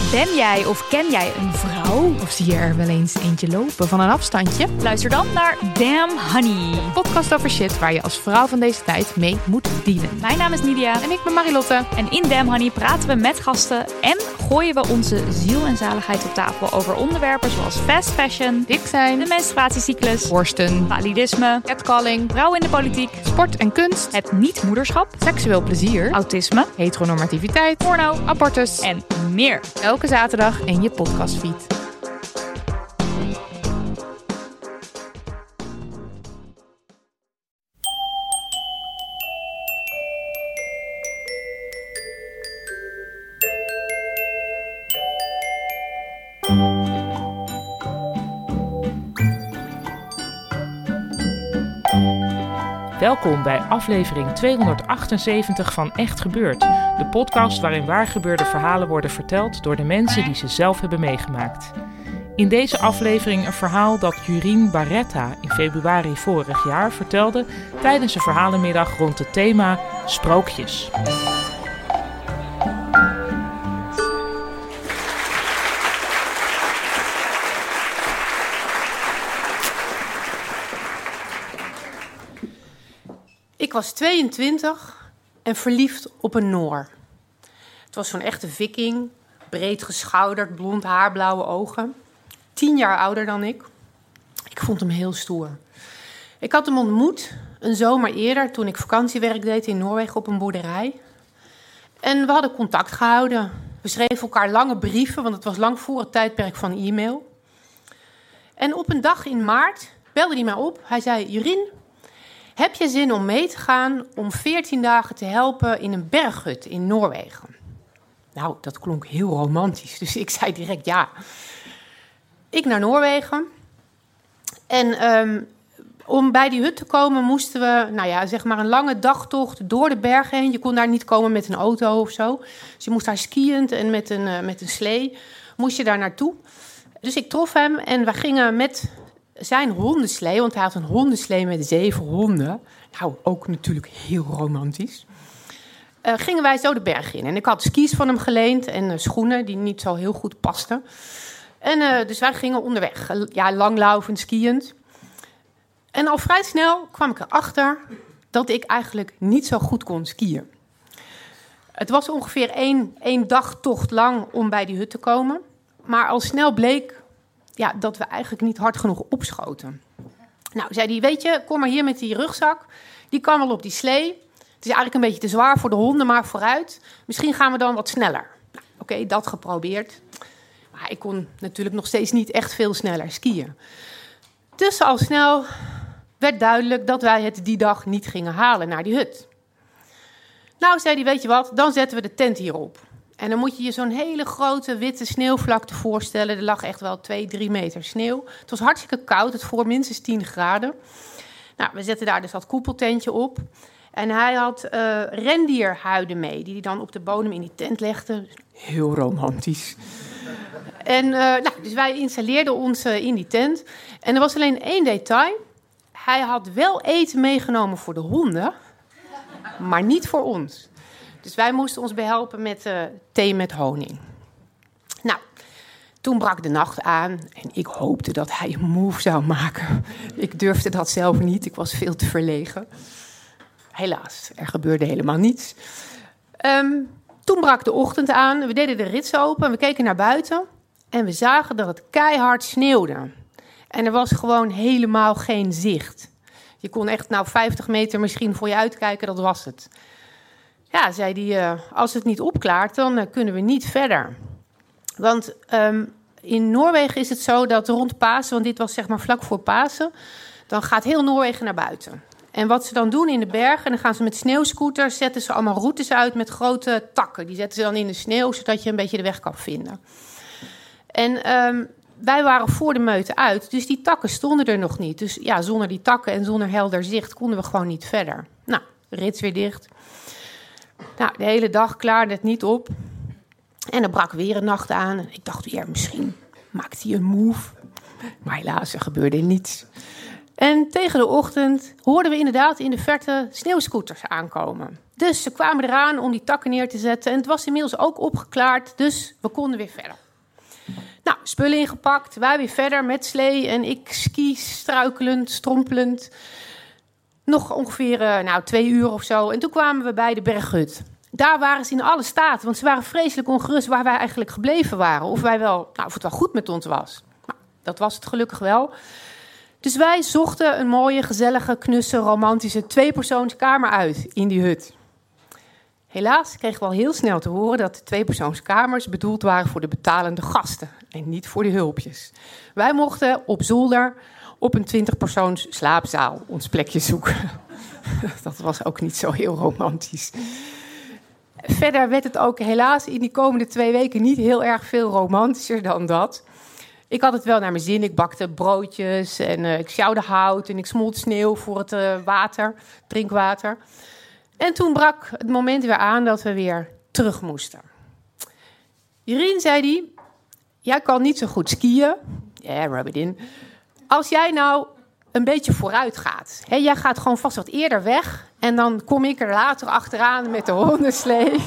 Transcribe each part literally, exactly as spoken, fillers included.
Ben jij of ken jij een vrouw? Of zie je er wel eens eentje lopen van een afstandje? Luister dan naar Damn Honey. Een podcast over shit waar je als vrouw van deze tijd mee moet dealen. Mijn naam is Nidia. En ik ben Marilotte. En in Damn Honey praten we met gasten en gooien we onze ziel en zaligheid op tafel over onderwerpen zoals fast fashion, dik zijn, de menstruatiecyclus, borsten, validisme, catcalling, vrouwen in de politiek, sport en kunst, het niet-moederschap, seksueel plezier, autisme, heteronormativiteit, porno, abortus en meer. Elke zaterdag in je podcastfeed. Welkom bij aflevering tweehonderdachtenzeventig van Echt Gebeurd. De podcast waarin waargebeurde verhalen worden verteld door de mensen die ze zelf hebben meegemaakt. In deze aflevering een verhaal dat Jurien Barretta in februari vorig jaar vertelde tijdens een verhalenmiddag rond het thema sprookjes. Ik was tweeëntwintig en verliefd op een Noor. Het was zo'n echte viking, breed geschouderd, blond haar, blauwe ogen. Tien jaar ouder dan ik. Ik vond hem heel stoer. Ik had hem ontmoet een zomer eerder toen ik vakantiewerk deed in Noorwegen op een boerderij. En we hadden contact gehouden. We schreven elkaar lange brieven, want het was lang voor het tijdperk van e-mail. En op een dag in maart belde hij mij op. Hij zei: Jurien, heb je zin om mee te gaan om veertien dagen te helpen in een berghut in Noorwegen? Nou, dat klonk heel romantisch, dus ik zei direct ja. Ik naar Noorwegen. En um, om bij die hut te komen moesten we, nou ja, zeg maar een lange dagtocht door de bergen heen. Je kon daar niet komen met een auto of zo. Dus je moest daar skiënd en met een, uh, met een slee moest je daar naartoe. Dus ik trof hem en we gingen met zijn hondenslee, want hij had een hondenslee met zeven honden. Nou, ook natuurlijk heel romantisch. Uh, gingen wij zo de berg in. En ik had skis van hem geleend en uh, schoenen die niet zo heel goed pasten. En uh, dus wij gingen onderweg. Uh, ja, langlaufend, skiënd. En al vrij snel kwam ik erachter dat ik eigenlijk niet zo goed kon skiën. Het was ongeveer één, één dagtocht lang om bij die hut te komen. Maar al snel bleek ja, dat we eigenlijk niet hard genoeg opschoten. Nou, zei hij, weet je, kom maar hier met die rugzak. Die kan wel op die slee. Het is eigenlijk een beetje te zwaar voor de honden, maar vooruit. Misschien gaan we dan wat sneller. Nou, Oké, okay, dat geprobeerd. Maar ik kon natuurlijk nog steeds niet echt veel sneller skiën. Dus al snel werd duidelijk dat wij het die dag niet gingen halen naar die hut. Nou, zei hij, weet je wat, dan zetten we de tent hierop. En dan moet je je zo'n hele grote witte sneeuwvlakte voorstellen. Er lag echt wel twee, drie meter sneeuw. Het was hartstikke koud, het voer minstens tien graden. Nou, we zetten daar dus dat koepeltentje op. En hij had uh, rendierhuiden mee, die hij dan op de bodem in die tent legde. Heel romantisch. En uh, nou, dus wij installeerden ons uh, in die tent. En er was alleen één detail. Hij had wel eten meegenomen voor de honden, maar niet voor ons. Dus wij moesten ons behelpen met uh, thee met honing. Nou, toen brak de nacht aan en ik hoopte dat hij een move zou maken. Ik durfde dat zelf niet, ik was veel te verlegen. Helaas, er gebeurde helemaal niets. Um, toen brak de ochtend aan, we deden de rits open, we keken naar buiten en we zagen dat het keihard sneeuwde. En er was gewoon helemaal geen zicht. Je kon echt nou vijftig meter misschien voor je uitkijken, dat was het. Ja, zei hij, uh, als het niet opklaart, dan uh, kunnen we niet verder. Want um, in Noorwegen is het zo dat rond Pasen, want dit was zeg maar vlak voor Pasen, dan gaat heel Noorwegen naar buiten. En wat ze dan doen in de bergen, dan gaan ze met sneeuwscooters, zetten ze allemaal routes uit met grote takken. Die zetten ze dan in de sneeuw, zodat je een beetje de weg kan vinden. En um, wij waren voor de meute uit, dus die takken stonden er nog niet. Dus ja, zonder die takken en zonder helder zicht konden we gewoon niet verder. Nou, rits weer dicht. Nou, de hele dag klaarde het niet op. En er brak weer een nacht aan. En ik dacht, ja, misschien maakt hij een move. Maar helaas, er gebeurde niets. En tegen de ochtend hoorden we inderdaad in de verte sneeuwscooters aankomen. Dus ze kwamen eraan om die takken neer te zetten. En het was inmiddels ook opgeklaard, dus we konden weer verder. Nou, spullen ingepakt, wij weer verder met slee en ik ski struikelend, strompelend. Nog ongeveer uh, nou, twee uur of zo. En toen kwamen we bij de berghut. Daar waren ze in alle staat, want ze waren vreselijk ongerust waar wij eigenlijk gebleven waren. Of, wij wel, nou, of het wel goed met ons was. Nou, dat was het gelukkig wel. Dus wij zochten een mooie, gezellige, knusse, romantische tweepersoonskamer uit in die hut. Helaas kregen we al heel snel te horen dat de tweepersoonskamers bedoeld waren voor de betalende gasten en niet voor de hulpjes. Wij mochten op zolder op een twintigpersoons slaapzaal ons plekje zoeken. Dat was ook niet zo heel romantisch. Verder werd het ook helaas in die komende twee weken niet heel erg veel romantischer dan dat. Ik had het wel naar mijn zin. Ik bakte broodjes en uh, ik sjouwde hout en ik smolt sneeuw voor het uh, water, drinkwater. En toen brak het moment weer aan dat we weer terug moesten. Jurien, zei die, jij kan niet zo goed skiën. Ja, yeah, rub it in. Als jij nou een beetje vooruit gaat. Hè, jij gaat gewoon vast wat eerder weg. En dan kom ik er later achteraan met de hondenslee.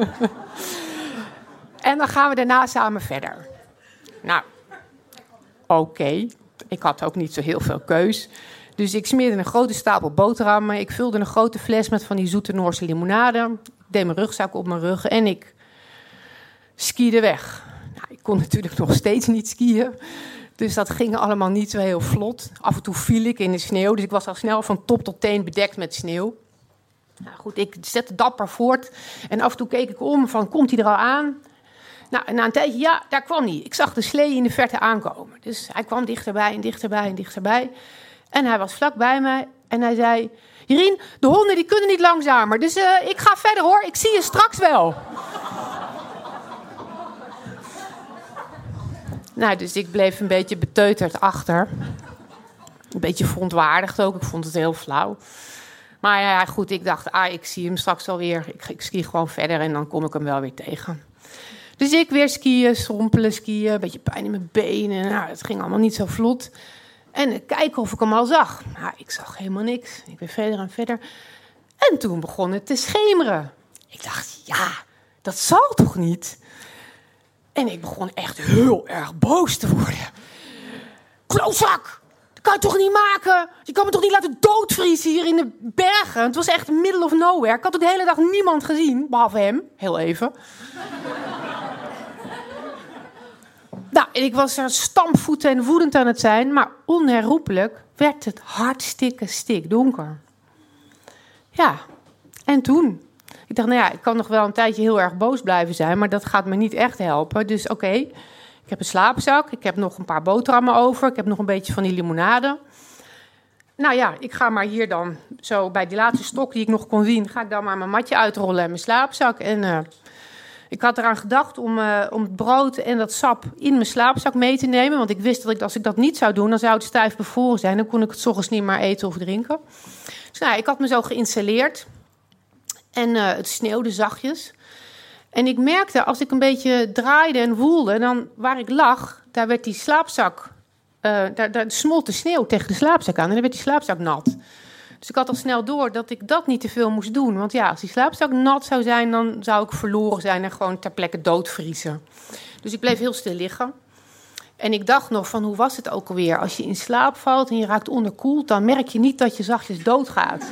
En dan gaan we daarna samen verder. Nou, oké. Okay. Ik had ook niet zo heel veel keus. Dus ik smeerde een grote stapel boterhammen. Ik vulde een grote fles met van die zoete Noorse limonade. Ik deed mijn rugzak op mijn rug en ik skiede weg. Nou, ik kon natuurlijk nog steeds niet skiën. Dus dat ging allemaal niet zo heel vlot. Af en toe viel ik in de sneeuw. Dus ik was al snel van top tot teen bedekt met sneeuw. Nou goed, ik zette dapper voort. En af en toe keek ik om van, komt hij er al aan? Nou, en na een tijdje, ja, daar kwam hij. Ik zag de slee in de verte aankomen. Dus hij kwam dichterbij en dichterbij en dichterbij. En hij was vlak bij mij en hij zei, Jurien, de honden die kunnen niet langzamer. Dus uh, ik ga verder hoor, ik zie je straks wel. Nou, dus ik bleef een beetje beteuterd achter. Een beetje verontwaardigd ook, ik vond het heel flauw. Maar ja, goed, ik dacht, ah, ik zie hem straks wel weer. Ik, ik ski gewoon verder en dan kom ik hem wel weer tegen. Dus ik weer skiën, strompelen, skiën, een beetje pijn in mijn benen. Nou, het ging allemaal niet zo vlot. En kijken of ik hem al zag. Nou, ik zag helemaal niks. Ik weer verder en verder. En toen begon het te schemeren. Ik dacht, ja, dat zal toch niet? En ik begon echt heel erg boos te worden. Klootzak! Dat kan je toch niet maken? Je kan me toch niet laten doodvriezen hier in de bergen? Het was echt middle of nowhere. Ik had ook de hele dag niemand gezien, behalve hem. Heel even. Nou, en ik was er stampvoeten en woedend aan het zijn. Maar onherroepelijk werd het hartstikke stikdonker. Ja, en toen? Ik dacht, nou ja, ik kan nog wel een tijdje heel erg boos blijven zijn, maar dat gaat me niet echt helpen. Dus oké, okay, ik heb een slaapzak, ik heb nog een paar boterhammen over, ik heb nog een beetje van die limonade. Nou ja, ik ga maar hier dan zo bij die laatste stok die ik nog kon zien, ga ik dan maar mijn matje uitrollen en mijn slaapzak. En uh, ik had eraan gedacht om, uh, om het brood en dat sap in mijn slaapzak mee te nemen, want ik wist dat ik, als ik dat niet zou doen, dan zou het stijf bevroren zijn. Dan kon ik het 's ochtends niet meer eten of drinken. Dus nou, ik had me zo geïnstalleerd. En uh, het sneeuwde zachtjes. En ik merkte, als ik een beetje draaide en woelde, dan waar ik lag, daar werd die slaapzak, uh, daar, daar smolt de sneeuw tegen de slaapzak aan en dan werd die slaapzak nat. Dus ik had al snel door dat ik dat niet te veel moest doen. Want ja, als die slaapzak nat zou zijn, dan zou ik verloren zijn en gewoon ter plekke doodvriezen. Dus ik bleef heel stil liggen. En ik dacht nog van, hoe was het ook alweer? Als je in slaap valt en je raakt onderkoeld, dan merk je niet dat je zachtjes doodgaat.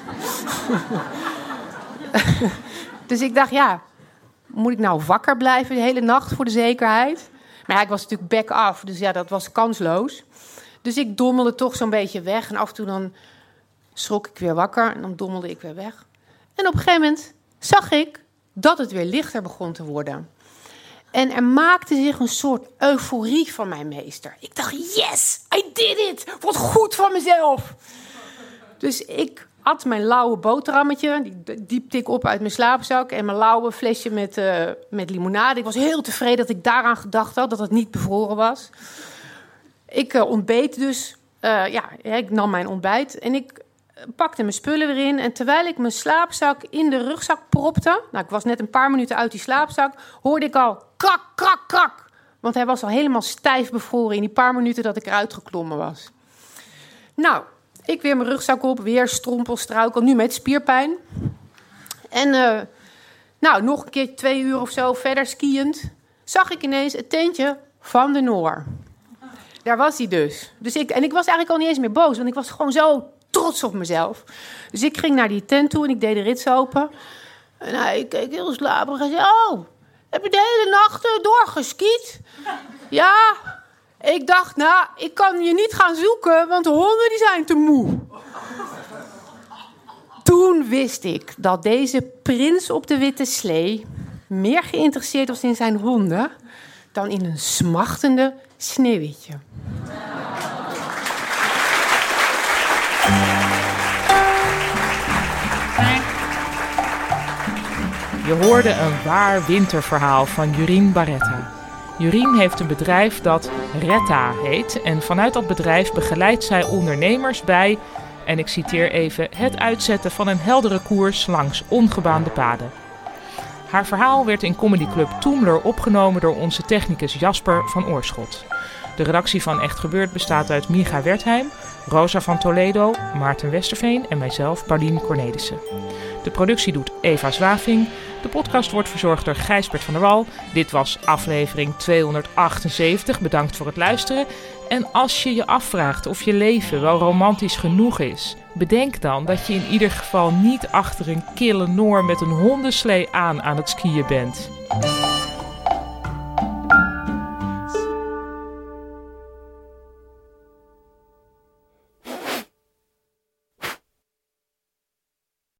Dus ik dacht, ja, moet ik nou wakker blijven de hele nacht voor de zekerheid? Maar ja, ik was natuurlijk back af, dus ja, dat was kansloos. Dus ik dommelde toch zo'n beetje weg. En af en toe dan schrok ik weer wakker en dan dommelde ik weer weg. En op een gegeven moment zag ik dat het weer lichter begon te worden. En er maakte zich een soort euforie van mijn meester. Ik dacht, yes, I did it! Wat goed van mezelf! Dus ik at mijn lauwe boterhammetje, die diepte ik op uit mijn slaapzak, en mijn lauwe flesje met, uh, met limonade. Ik was heel tevreden dat ik daaraan gedacht had, dat het niet bevroren was. Ik uh, ontbeet dus, uh, ja, ik nam mijn ontbijt en ik pakte mijn spullen weer in. En terwijl ik mijn slaapzak in de rugzak propte, nou, ik was net een paar minuten uit die slaapzak, hoorde ik al krak, krak, krak. Want hij was al helemaal stijf bevroren in die paar minuten dat ik eruit geklommen was. Nou, Ik weer mijn rugzak op, weer strompelstruikel, nu met spierpijn. En uh, nou, nog een keer twee uur of zo verder skiënd, zag ik ineens het tentje van de Noor. Daar was hij dus. dus ik, en ik was eigenlijk al niet eens meer boos, want ik was gewoon zo trots op mezelf. Dus ik ging naar die tent toe en ik deed de rits open. En hij keek heel slaperig en zei, oh, heb je de hele nacht uh, doorgeskiet? Ja, ik dacht, nou, ik kan je niet gaan zoeken, want de honden die zijn te moe. Toen wist ik dat deze prins op de witte slee meer geïnteresseerd was in zijn honden dan in een smachtende Sneeuwwitje. Je hoorde een waar winterverhaal van Jurien Barretta. Jurien heeft een bedrijf dat Retta heet en vanuit dat bedrijf begeleidt zij ondernemers bij, en ik citeer even, het uitzetten van een heldere koers langs ongebaande paden. Haar verhaal werd in comedyclub Toemler opgenomen door onze technicus Jasper van Oorschot. De redactie van Echt Gebeurd bestaat uit Micha Wertheim, Rosa van Toledo, Maarten Westerveen en mijzelf, Paulien Cornelissen. De productie doet Eva Zwaving. De podcast wordt verzorgd door Gijsbert van der Wal. Dit was aflevering tweehonderdachtenzeventig. Bedankt voor het luisteren. En als je je afvraagt of je leven wel romantisch genoeg is, bedenk dan dat je in ieder geval niet achter een kille Noor met een hondenslee aan aan het skiën bent.